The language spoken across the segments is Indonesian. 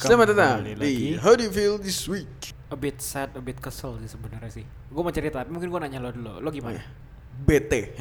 Selamat datang Kembali di lagi. How Do You Feel This Week. A bit sad, a bit kesel sih sebenarnya sih. Gue mau cerita, tapi mungkin gue nanya lo dulu. Lo gimana? Bete.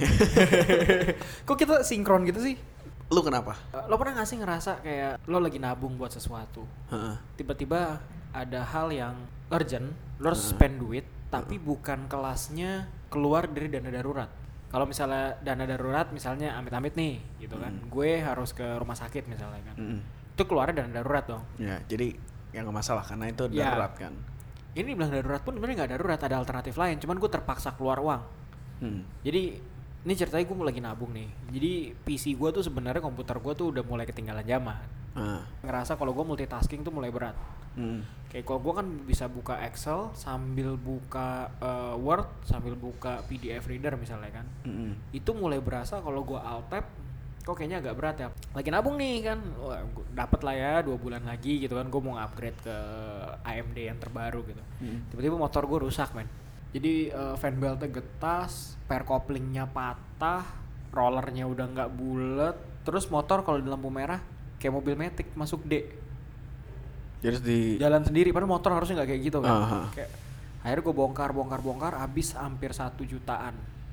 Kok kita sinkron gitu sih? Lu kenapa? Lo pernah gak sih ngerasa kayak lo lagi nabung buat sesuatu, Heeh. tiba-tiba ada hal yang urgent, lo harus spend duit, tapi bukan kelasnya keluar dari dana darurat. Kalau misalnya dana darurat, misalnya amit-amit nih, gitu kan, gue harus ke rumah sakit misalnya kan, itu keluarnya dana darurat dong. Ya, jadi ya nggak masalah karena itu Ya. darurat kan. Ini bilang darurat pun sebenarnya nggak darurat, ada alternatif lain. Cuman gue terpaksa keluar uang. Jadi ini ceritanya gue lagi nabung nih. Jadi PC gue tuh sebenarnya komputer gue tuh udah mulai ketinggalan zaman. Ngerasa kalau gue multitasking tuh mulai berat. Kayak kalau gue kan bisa buka Excel sambil buka Word sambil buka PDF reader misalnya kan. Itu mulai berasa kalau gue alt tab kok kayaknya agak berat ya. Lagi nabung nih kan, wah, dapet lah ya 2 bulan lagi gitu kan. Gue mau upgrade ke AMD yang terbaru gitu. Tiba-tiba motor gue rusak men. Jadi fan beltnya getas, pair couplingnya patah, rollernya udah nggak bulat, terus motor kalau di lampu merah kayak mobil Matic masuk D. Jadi di Jalan sendiri, padahal motor harusnya nggak kayak gitu kan. Aha. Kayak akhirnya gue bongkar, habis hampir 1 jutaan.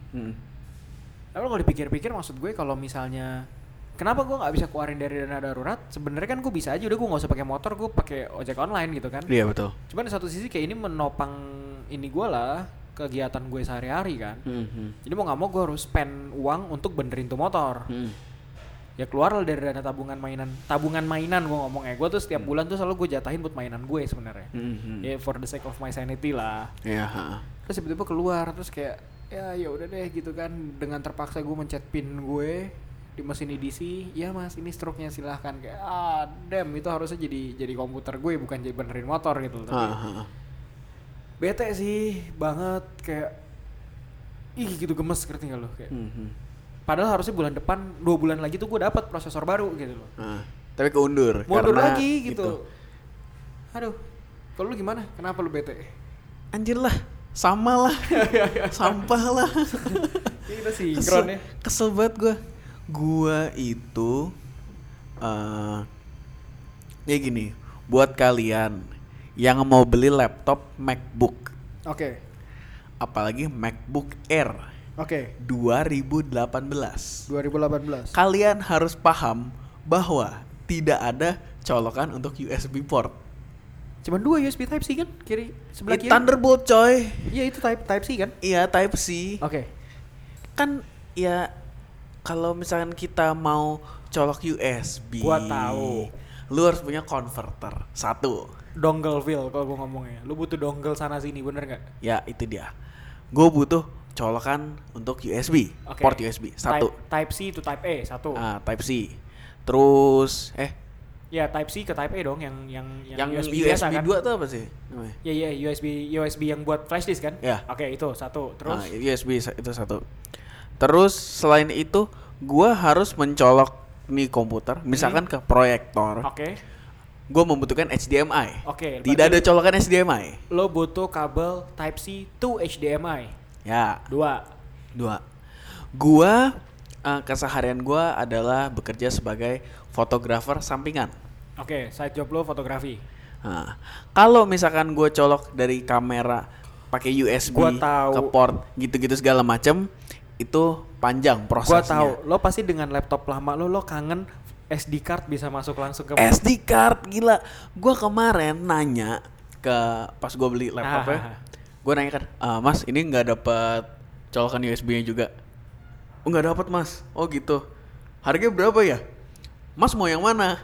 Tapi kalau dipikir-pikir maksud gue kalau misalnya kenapa gue nggak bisa keluarin dari dana darurat? Sebenarnya kan gue bisa aja, udah gue nggak usah pakai motor, gue pakai ojek online gitu kan. Iya betul. Cuman di satu sisi kayak ini menopang ini gue lah kegiatan gue sehari-hari kan. Jadi mau nggak mau gue harus spend uang untuk benerin tuh motor. Ya keluar lah dari dana tabungan mainan gue ngomongnya. Gue tuh setiap bulan tuh selalu gue jatahin buat mainan gue sebenarnya. Ya for the sake of my sanity lah. Iya. Terus tiba-tiba keluar terus kayak ya udah deh gitu kan, dengan terpaksa gue mencet pin gue di mesin EDC. Ya mas ini stroke-nya silahkan. Kayak damn, itu harusnya jadi komputer gue bukan jadi benerin motor gitu. Tapi bete sih banget, kayak gitu gemes, ngerti gak lo kayak. Padahal harusnya bulan depan 2 bulan lagi tuh gue dapat prosesor baru gitu loh. Tapi keundur Mundur karena lagi gitu. Aduh, kalau lu gimana? Kenapa lu bete? Anjir lah, sama lah. Sampah lah. Ini sinkron ya. Kesel banget gue. Gua itu ya gini, buat kalian yang mau beli laptop MacBook, Oke. apalagi MacBook Air Oke. 2018, 2018. kalian harus paham bahwa tidak ada colokan untuk USB port. Cuman 2 USB Type C kan? Kiri sebelah kiri. Thunderbolt coy. Iya itu Type C kan? Iya Type C. Oke. Kan ya kalau misalkan kita mau colok USB, Gua tahu. lu harus punya converter satu. Dongleville kalau gua ngomongnya. Lu butuh dongle sana sini, bener enggak? Ya itu dia. Gue butuh colokan untuk USB, Oke. port USB satu. Type C to Type A satu. Type C. Terus Ya Type C ke Type A dong, yang USB biasa kan? 2 tuh apa sih namanya? Iya USB yang buat flash disk kan? Ya. Oke, itu satu. Terus USB itu satu. Terus selain itu gua harus mencolok nih komputer misalkan ke proyektor. Oke. Gua membutuhkan HDMI. Oke, Tidak ada berarti colokan HDMI. lo butuh kabel Type C to HDMI. Ya, 2. Gua keseharian gua adalah bekerja sebagai fotografer sampingan. Oke, side job lo fotografi. Nah, kalau misalkan gue colok dari kamera pakai USB Gua tahu. ke port gitu-gitu segala macem, itu panjang prosesnya. Gua tahu, lo pasti dengan laptop lama lo kangen SD card bisa masuk langsung ke SD card gila. Gue kemarin nanya ke pas gue beli laptopnya, gue nanya kan, Mas ini nggak dapat colokan USB-nya juga? Oh nggak dapat Mas. Oh gitu. Harganya berapa ya? Mas mau yang mana?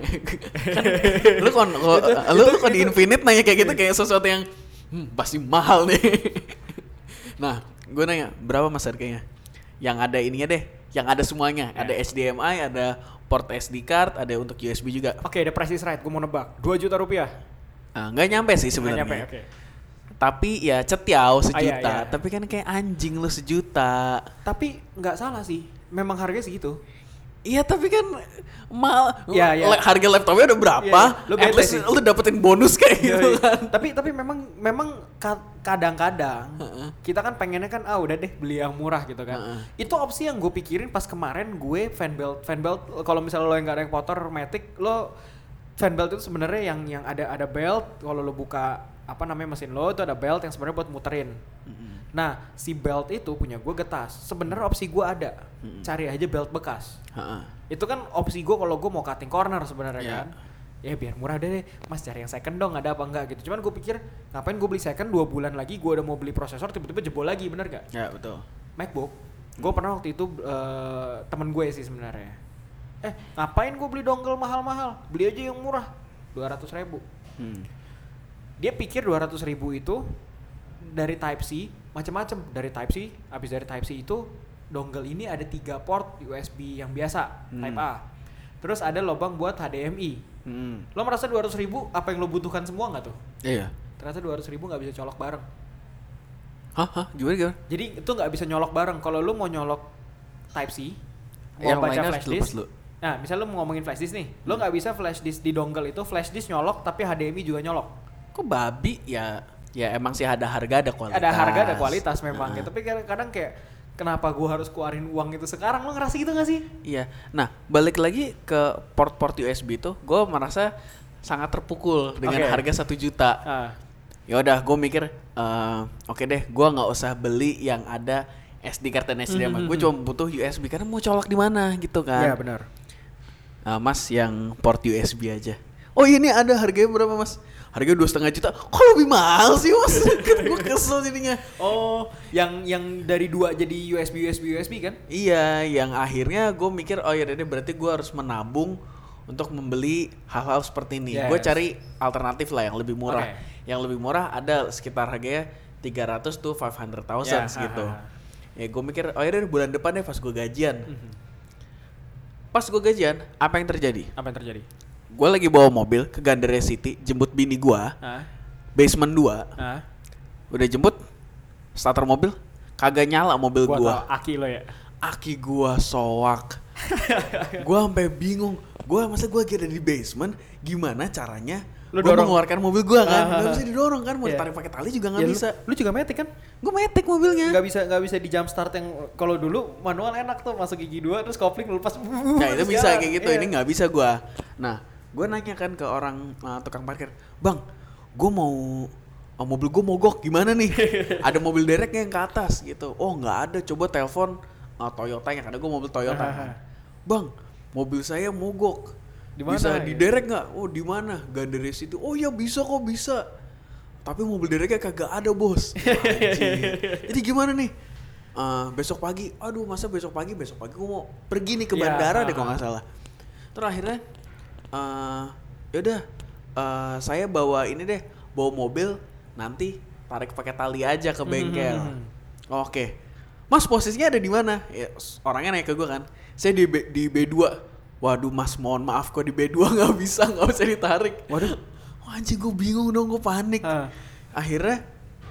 Kan, lu kok di Infinite nanya kayak gitu kayak sesuatu yang pasti mahal nih. Nah, gue nanya berapa Mas harganya? Yang ada ininya deh, yang ada semuanya, ada HDMI, ada port SD card, ada untuk USB juga. Oke, the price is right, gue mau nebak 2 juta rupiah. Nggak nyampe sih sebenarnya. Nggak nyampe, oke. Tapi ya cetiau sejuta. Iya. Tapi kan kayak anjing lu sejuta. Tapi nggak salah sih, memang harganya segitu. Iya tapi kan mahal. Iya. Harga laptopnya udah berapa? Iya. Lu At bete least sih. lu dapetin bonus kayak gitu kan. Tapi memang kadang-kadang kita kan pengennya kan udah deh beli yang murah gitu kan. Itu opsi yang gue pikirin pas kemarin gue fan belt kalau misalnya lo yang nggak ada yang motor Matic, lo fan belt itu sebenarnya yang ada belt, kalau lo buka apa namanya mesin lo itu ada belt yang sebenarnya buat muterin. Nah, si belt itu punya gue getas. Sebenarnya opsi gue ada. Cari aja belt bekas. Itu kan opsi gue kalau gue mau cutting corner sebenarnya kan. Ya biar murah deh, Mas cari yang second dong, ada apa enggak gitu. Cuman gue pikir ngapain gue beli second 2 bulan lagi gue udah mau beli prosesor tiba-tiba jebol lagi, bener gak? Ya betul. MacBook. Gue pernah waktu itu temen gue sih sebenarnya. Ngapain gue beli dongle mahal-mahal? Beli aja yang murah, 200.000. Dia pikir 200.000 itu dari Type C macam-macam. Dari Type C, habis dari Type C itu dongle ini ada 3 port USB yang biasa, Type A. Terus ada lubang buat HDMI. Lo merasa 200.000 apa yang lo butuhkan semua nggak tuh? Iya. Ternyata 200.000 nggak bisa colok bareng. Hah? Gimana? Jadi itu nggak bisa nyolok bareng. Kalau lo mau nyolok Type C, mau yang baca lainnya flash disk. Nah, misal lo mau ngomongin flash disk nih, lo nggak bisa flash disk di dongle itu flash disk nyolok tapi HDMI juga nyolok. Kok babi ya? Ya emang sih ada harga ada kualitas. Ada harga ada kualitas memang. Tapi kadang kayak kenapa gue harus keluarin uang itu sekarang? Lo ngerasa gitu gak sih? Iya. Nah, balik lagi ke port-port USB itu, gue merasa sangat terpukul dengan harga 1 juta. Ya udah, gue mikir, oke deh, gue nggak usah beli yang ada SD card dan HDMI. Gue cuma butuh USB karena mau colok di mana gitu kan? Iya benar. Mas yang port USB aja. Oh ini ada harganya berapa mas? Harganya 2,5 juta. Kok lebih mahal sih mas? Gue kesel jadinya. Oh, yang dari 2 jadi USB kan? Iya, yang akhirnya gue mikir oh ya deh berarti gue harus menabung untuk membeli hal-hal seperti ini. Gue cari alternatif lah yang lebih murah. Yang lebih murah ada sekitar harganya 300 to 500,000 gitu. Ya gue mikir oh ya deh bulan depan deh pas gue gajian. Pas gue gajian, apa yang terjadi? Gue lagi bawa mobil ke Gandaria City, jemput bini gue, basement 2, udah jemput, starter mobil, kagak nyala mobil gue. Aki lo ya? Aki gue soak, gue sampai bingung, masa gue lagi ada di basement, gimana caranya gue mengeluarkan mobil gue kan, nggak bisa didorong kan, mau ditarik pakai tali juga nggak bisa. Lu juga metik kan? Gue metik mobilnya. Nggak bisa di jump start yang kalau dulu manual enak tuh masuk gigi 2 terus kopling lepas. Nah itu bisa kayak gitu, ini nggak bisa gue. Nah gue nanya kan ke orang tukang parkir, bang, gue mau mobil gue mogok gimana nih? Ada mobil dereknya yang ke atas gitu. Oh nggak ada, coba telepon Toyota yang ada, gue mobil Toyota. Bang, mobil saya mogok. Dimana, bisa diderek nggak? Oh di mana? Gandaria City. Oh ya bisa kok bisa. Tapi mobil dereknya kagak ada bos. Jadi gimana nih? Besok pagi. Aduh masa besok pagi gue mau pergi nih ke bandara deh kalau nggak salah. Terus akhirnya yaudah saya bawa mobil nanti tarik pakai tali aja ke bengkel. Oke. Mas posisinya ada di mana? Ya, orangnya nanya ke gue kan. Saya di B2. Waduh mas mohon maaf kok di B2 nggak bisa ditarik. Waduh, anjing gue bingung dong, gue panik. Akhirnya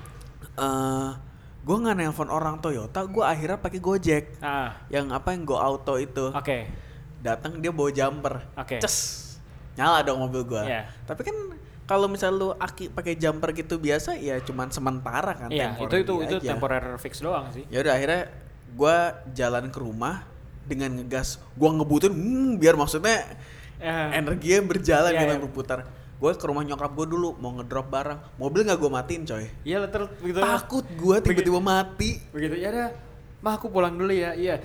gue nggak nelpon orang Toyota, gue akhirnya pakai Gojek. Yang Go Auto itu. Datang dia bawa jumper. Ces, nyala dong mobil gue. Tapi kan kalau misal lu pakai jumper gitu biasa ya cuman sementara kan. Iya, itu temporary fix doang sih. Ya udah akhirnya gue jalan ke rumah dengan ngegas, gue ngebutin biar maksudnya energinya berjalan berputar. Gue ke rumah nyokap gue dulu mau ngedrop barang, mobil nggak gue matiin coy. Iya letter begitu. Takut gue tiba-tiba mati. Begitu ya dah, mah aku pulang dulu ya. Iya.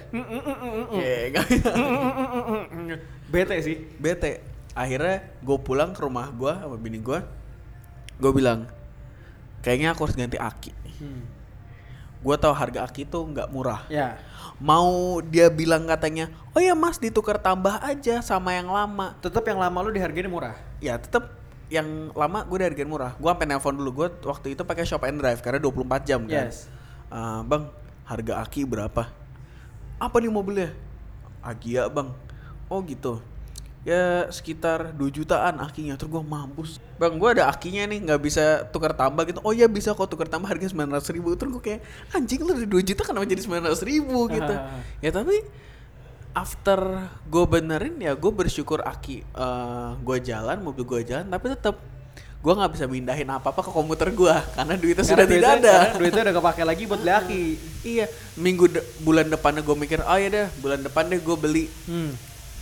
Bete. Akhirnya gue pulang ke rumah gue sama bini gue bilang kayaknya aku harus ganti aki. Gue tahu harga aki tuh nggak murah. Mau dia bilang katanya, oh ya mas ditukar tambah aja sama yang lama. Tetap yang lama lu dihargain murah. Ya tetap yang lama gue dihargain murah. Gue sampai nelpon dulu, gue waktu itu pakai Shop and Drive karena 24 jam kan. Bang, harga aki berapa? Apa nih mobilnya? Agia bang. Oh gitu. Ya sekitar 2 jutaan akinya. Terus gue mampus. Bang gue ada akinya nih gak bisa tukar tambah gitu. Oh ya bisa kok tukar tambah harganya 900.000. Terus gue kayak anjing lu dari 2 juta kenapa jadi 900.000 gitu. Ya tapi after gue benerin ya gue bersyukur aki gue jalan, mobil gue jalan. Tapi tetap gue gak bisa mindahin apa-apa ke komputer gue karena duitnya sudah tidak ada. Duitnya udah kepake lagi buat beli aki. Iya. Bulan depannya gue mikir oh ya deh bulan depan deh gue beli.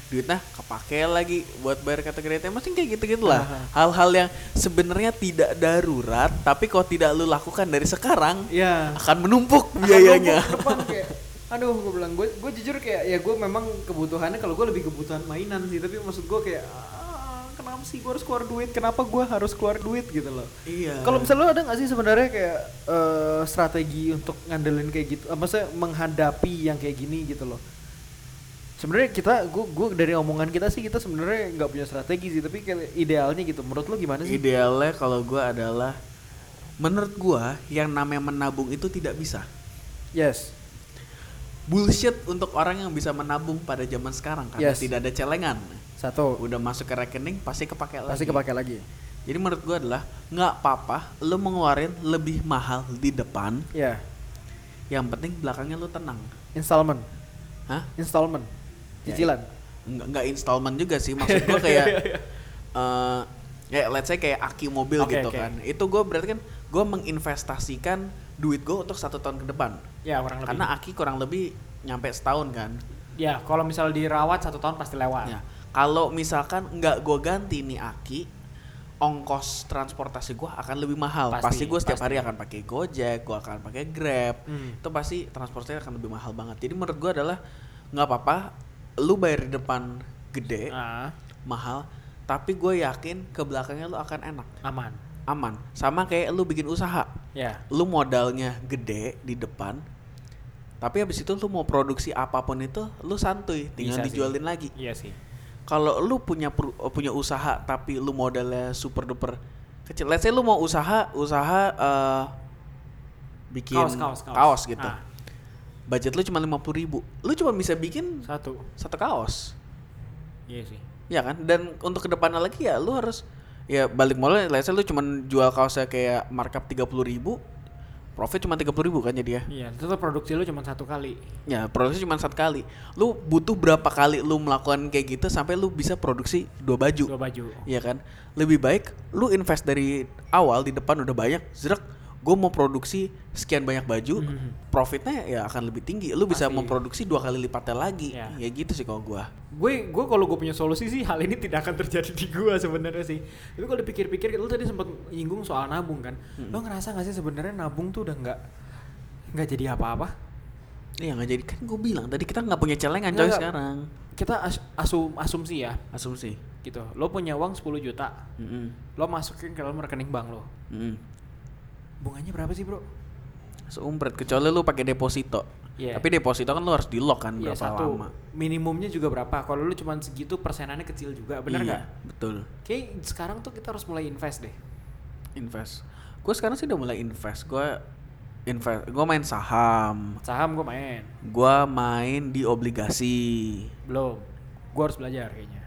duitnya kepake lagi buat bayar kategori ATM, masih kayak gitu-gitu lah. Hal-hal yang sebenarnya tidak darurat, tapi kalau tidak lu lakukan dari sekarang, akan menumpuk biayanya. Depan kayak, aduh gue bilang, gue jujur kayak ya gue memang kebutuhannya, kalau gue lebih kebutuhan mainan sih, tapi maksud gue kayak kenapa sih gue harus keluar duit, kenapa gue harus keluar duit gitu loh. Iya. Kalau misalnya lo ada nggak sih sebenarnya kayak strategi untuk ngandelin kayak gitu, maksudnya menghadapi yang kayak gini gitu loh. Sebenarnya gue dari omongan kita sih, kita sebenarnya nggak punya strategi sih, tapi kayak idealnya gitu. Menurut lo gimana sih? Idealnya kalau gue adalah, menurut gue yang namanya menabung itu tidak bisa. Yes. Bullshit untuk orang yang bisa menabung pada zaman sekarang karena tidak ada celengan. Satu. Udah masuk ke rekening pasti kepake lagi. Jadi menurut gue adalah nggak apa-apa lo mengeluarin lebih mahal di depan. Iya. Yang penting belakangnya lo tenang. Installment. Hah? Installment. Cicilan. Enggak installment juga sih, maksud gue kayak ya let's say kayak aki mobil gitu kan. Itu gue berarti kan gue menginvestasikan duit gue untuk 1 tahun ke depan. Ya kurang lebih. Karena aki kurang lebih nyampe setahun kan. Ya kalau misal dirawat 1 tahun pasti lewat. Ya, kalau misalkan nggak gue ganti nih aki, ongkos transportasi gue akan lebih mahal. Pasti gue setiap hari akan pakai Gojek, gue akan pakai Grab. Itu pasti transportasi akan lebih mahal banget. Jadi menurut gue adalah nggak apa-apa lu bayar di depan gede, mahal, tapi gue yakin ke belakangnya lu akan enak, aman. Sama kayak lu bikin usaha, lu modalnya gede di depan, tapi habis itu lu mau produksi apapun itu lu santuy, tinggal dijualin lagi. Iya sih. Kalau lu punya usaha tapi lu modalnya super duper kecil, let's say lu mau usaha bikin kaos gitu. Budget lu cuma 50.000, lu cuma bisa bikin satu kaos. Iya sih. Ya kan? Dan untuk kedepannya lagi ya lu harus ya balik modal. Let's say lu cuma jual kaosnya kayak markup 30.000, profit cuma 30.000 kan jadi ya. Iya, itu produksi lu cuma 1 kali. Ya, produksi cuma 1 kali. Lu butuh berapa kali lu melakukan kayak gitu sampai lu bisa produksi 2 baju. Iya kan? Lebih baik lu invest dari awal di depan udah banyak, zrek, gue mau produksi sekian banyak baju, profitnya ya akan lebih tinggi. Lu bisa memproduksi 2 kali lipatnya lagi. Ya gitu sih kalau gue kalau gue punya solusi sih, hal ini tidak akan terjadi di gue sebenarnya sih. Tapi kalau dipikir-pikir, lu tadi sempat nyinggung soal nabung kan. Lo ngerasa nggak sih sebenarnya nabung tuh udah nggak jadi apa-apa? Iya nggak jadi, kan gue bilang tadi kita nggak punya celengan coy sekarang. Kita asumsi gitu. Lo punya uang 10 juta, lo masukin ke dalam rekening bank lo. Bunganya berapa sih bro? Seumpret, kecuali lu pakai deposito. Tapi deposito kan lu harus di lock kan berapa lama. Minimumnya juga berapa? Kalau lu cuma segitu persenannya kecil juga, benar nggak? Betul. Kayak sekarang tuh kita harus mulai invest deh. Gue sekarang sih udah mulai invest. Gue main saham. Gue main. Gue main di obligasi. Belum. Gue harus belajar kayaknya.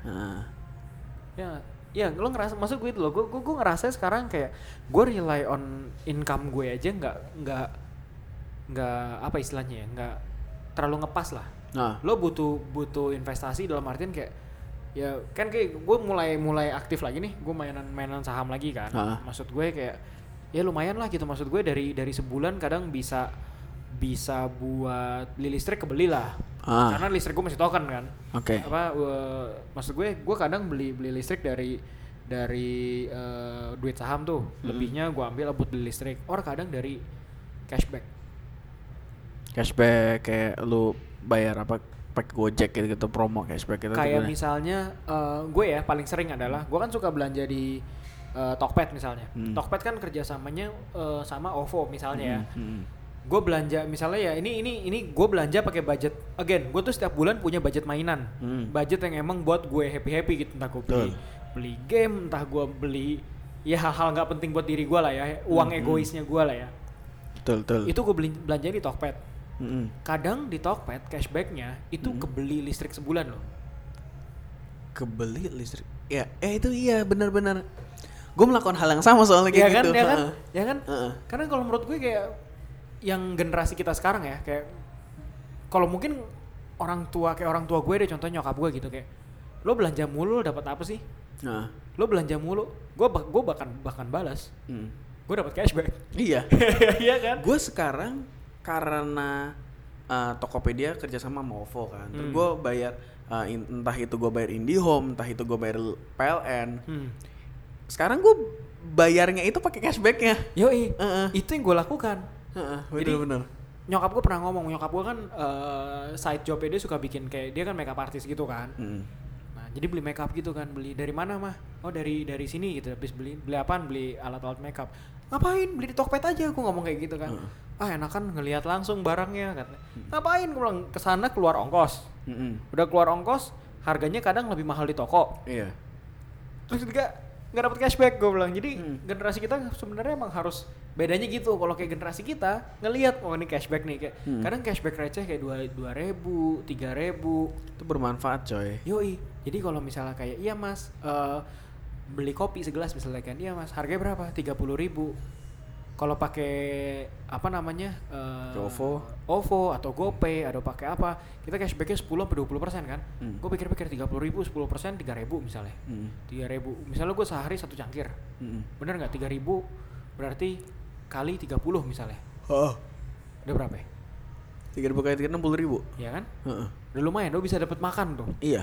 Ya, lo ngerasa, maksud gue itu loh, gue ngerasa sekarang kayak gue rely on income gue aja nggak apa istilahnya ya, nggak terlalu ngepas lah. Lo butuh investasi dalam artian kayak ya kan kayak gue mulai aktif lagi nih, gue mainan saham lagi kan. Maksud gue kayak ya lumayan lah gitu, maksud gue dari sebulan kadang bisa buat beli listrik kebeli lah. Karena listrik gue masih token kan. Maksud gue kadang beli listrik dari duit saham tuh. Lebihnya gue ambil buat beli listrik. Kadang dari cashback kayak lu bayar apa pakai Gojek gitu promo cashback gitu. Kayak misalnya gue ya paling sering adalah gue kan suka belanja di Tokped misalnya. Tokped kan kerjasamanya sama OVO misalnya ya. Gue belanja misalnya ya ini gue belanja pakai budget. Again, gue tuh setiap bulan punya budget mainan, budget yang emang buat gue happy gitu. Entah gue beli game, entah gue beli ya hal-hal nggak penting buat diri gue lah ya, uang egoisnya gue lah ya. Betul. Itu gue belanja di Tokped. Kadang di Tokped cashbacknya itu kebeli listrik sebulan loh. Kebeli listrik? Ya, itu iya benar-benar. Gue melakukan hal yang sama soalnya kayak gitu. Ya kan? Karena kalau menurut gue kayak yang generasi kita sekarang ya, kayak kalau mungkin orang tua gue deh, contohnya nyokap gue gitu, kayak lo belanja mulu lo dapat apa sih? Lo belanja mulu, gue bahkan balas, gue dapat cashback. Iya. Iya kan? Gue sekarang karena Tokopedia kerja sama OVO kan, terus gue bayar entah itu gue bayar IndiHome, entah itu gue bayar PLN. Sekarang gue bayarnya itu pakai cashbacknya. Yoi, itu yang gue lakukan. Bener-bener. Nyokap gue pernah ngomong, nyokap gue kan side jobnya dia suka bikin kayak, dia kan makeup artist gitu kan. Nah jadi beli makeup gitu kan, beli dari mana mah? Oh dari sini gitu. Habis beli apaan? Beli alat-alat makeup. Ngapain? Beli di Tokped aja, gue ngomong kayak gitu kan. Enakan ngelihat langsung barangnya kata. Ngapain? Gue bilang kesana keluar ongkos. Udah keluar ongkos, harganya kadang lebih mahal di toko. Iya. Terus juga nggak dapat cashback, gue bilang. Jadi generasi kita sebenarnya emang harus bedanya gitu. Kalau kayak generasi kita ngelihat ini cashback nih kayak kadang cashback receh kayak 2.000, 3.000 itu bermanfaat coy. Yoi. Jadi kalau misalnya kayak iya mas beli kopi segelas misalnya kan, iya mas harganya berapa? 30.000. Kalau pakai apa namanya OVO atau GoPay atau pakai apa, kita cashbacknya 10-20% kan. Gue pikir-pikir 30.000 10% 3.000 misalnya. 3.000 misalnya gue sehari 1 cangkir. Bener nggak? 3.000 berarti kali 30 misalnya. Udah berapa ya? 3.000 kali 60.000. Iya kan? Udah lumayan, lo bisa dapat makan tuh. Iya.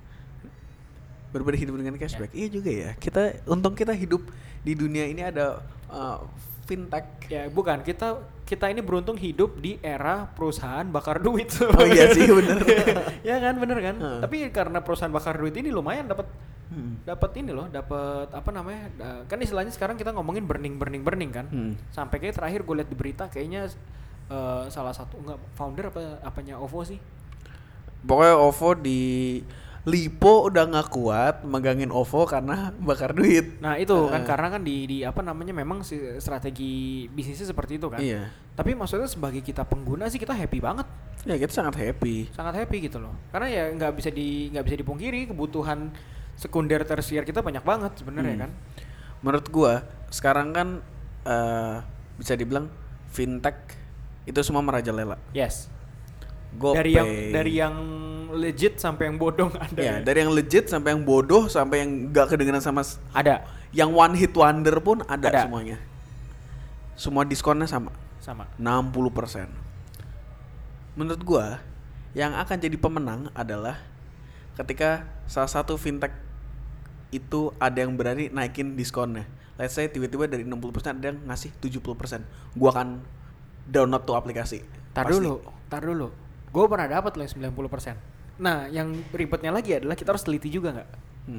Berbeda hidup dengan cashback. Iya juga ya. Untung kita hidup di dunia ini ada fintech. Ya bukan, kita ini beruntung hidup di era perusahaan bakar duit. Oh iya sih bener. Ya kan, bener kan. Tapi karena perusahaan bakar duit ini lumayan dapat ini loh, dapat apa namanya? Kan istilahnya sekarang kita ngomongin burning kan. Sampai kayak terakhir gue lihat di berita kayaknya salah satu founder apanya OVO sih. Pokoknya OVO di Lipo udah nggak kuat megangin OVO karena bakar duit. Nah itu kan karena kan di apa namanya memang strategi bisnisnya seperti itu kan. Iya. Tapi maksudnya sebagai kita pengguna sih kita happy banget. Ya kita sangat happy Gitu loh. Karena ya nggak bisa dipungkiri kebutuhan sekunder tersier kita banyak banget sebenarnya kan. Menurut gua sekarang kan bisa dibilang fintech itu semua merajalela. Yes. GoPay. Dari yang legit sampai yang bodoh ada. Ya, dari yang legit sampai yang bodoh sampai yang gak kedengeran sama ada. Yang one hit wonder pun ada. Semuanya. Semua diskonnya sama. 60%. Menurut gua yang akan jadi pemenang adalah ketika salah satu fintech itu ada yang berani naikin diskonnya. Let's say tiba-tiba dari 60% ada yang ngasih 70%. Gua akan download tuh aplikasi. Tar dulu. Gue pernah dapat loh 90%. Nah, yang ribetnya lagi adalah kita harus teliti juga nggak?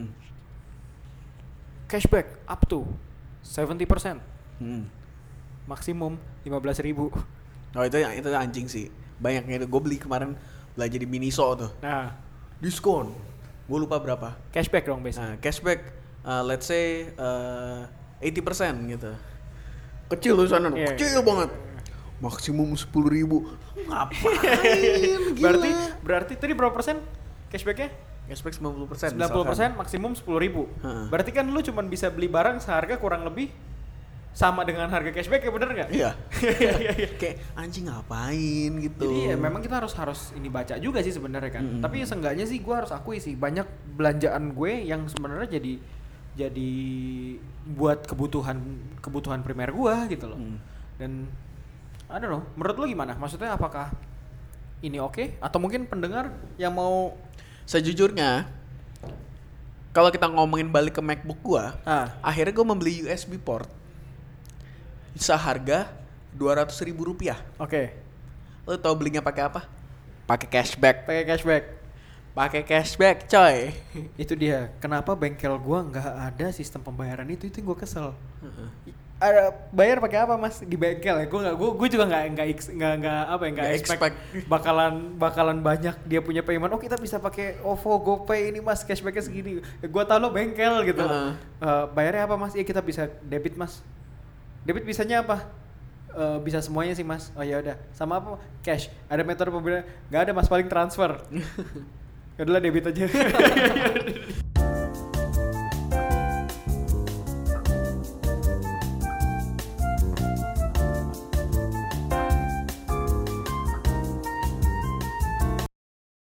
Cashback up to 70%. Maksimum 15.000. Oh itu anjing sih. Banyaknya itu. Gue beli kemarin belanja di Miniso tuh. Nah, diskon. Gue lupa berapa. Cashback dong biasanya. Nah, cashback let's say 80% gitu. Kecil tuh sana, kecil banget. Maksimum 10.000. Ngapain? Berarti tadi berapa persen cashbacknya? Cashback 90%. 90% maksimum 10.000. Berarti kan lu cuma bisa beli barang seharga kurang lebih sama dengan harga cashback ya, bener nggak? Iya. Kayak anjing ngapain gitu. Jadi ya memang kita harus ini baca juga sih sebenarnya kan. Tapi seenggaknya sih gue harus akui sih banyak belanjaan gue yang sebenarnya jadi buat kebutuhan primer gue gitu loh. Dan I don't know, menurut lo gimana? Maksudnya apakah ini oke? Atau mungkin pendengar yang mau... Sejujurnya kalau kita ngomongin balik ke MacBook gua, akhirnya gua membeli USB port seharga Rp200.000. Oke. Lo tau belinya pakai apa? Pakai cashback. Pakai cashback, coy. Itu dia. Kenapa bengkel gua nggak ada sistem pembayaran itu yang gua kesel. Ada bayar pakai apa mas di bengkel ya? Gue juga nggak expect bakalan banyak dia punya payment. Oh kita bisa pakai OVO, GoPay ini mas, cashbacknya segini. Gue tau lo bengkel gitu. Bayarnya apa mas? Iya kita bisa debit mas. Debit bisanya apa? Bisa semuanya sih mas. Oh ya udah. Sama apa? Cash. Ada metode pembayaran? Nggak ada mas, paling transfer. Ya udahlah debit aja.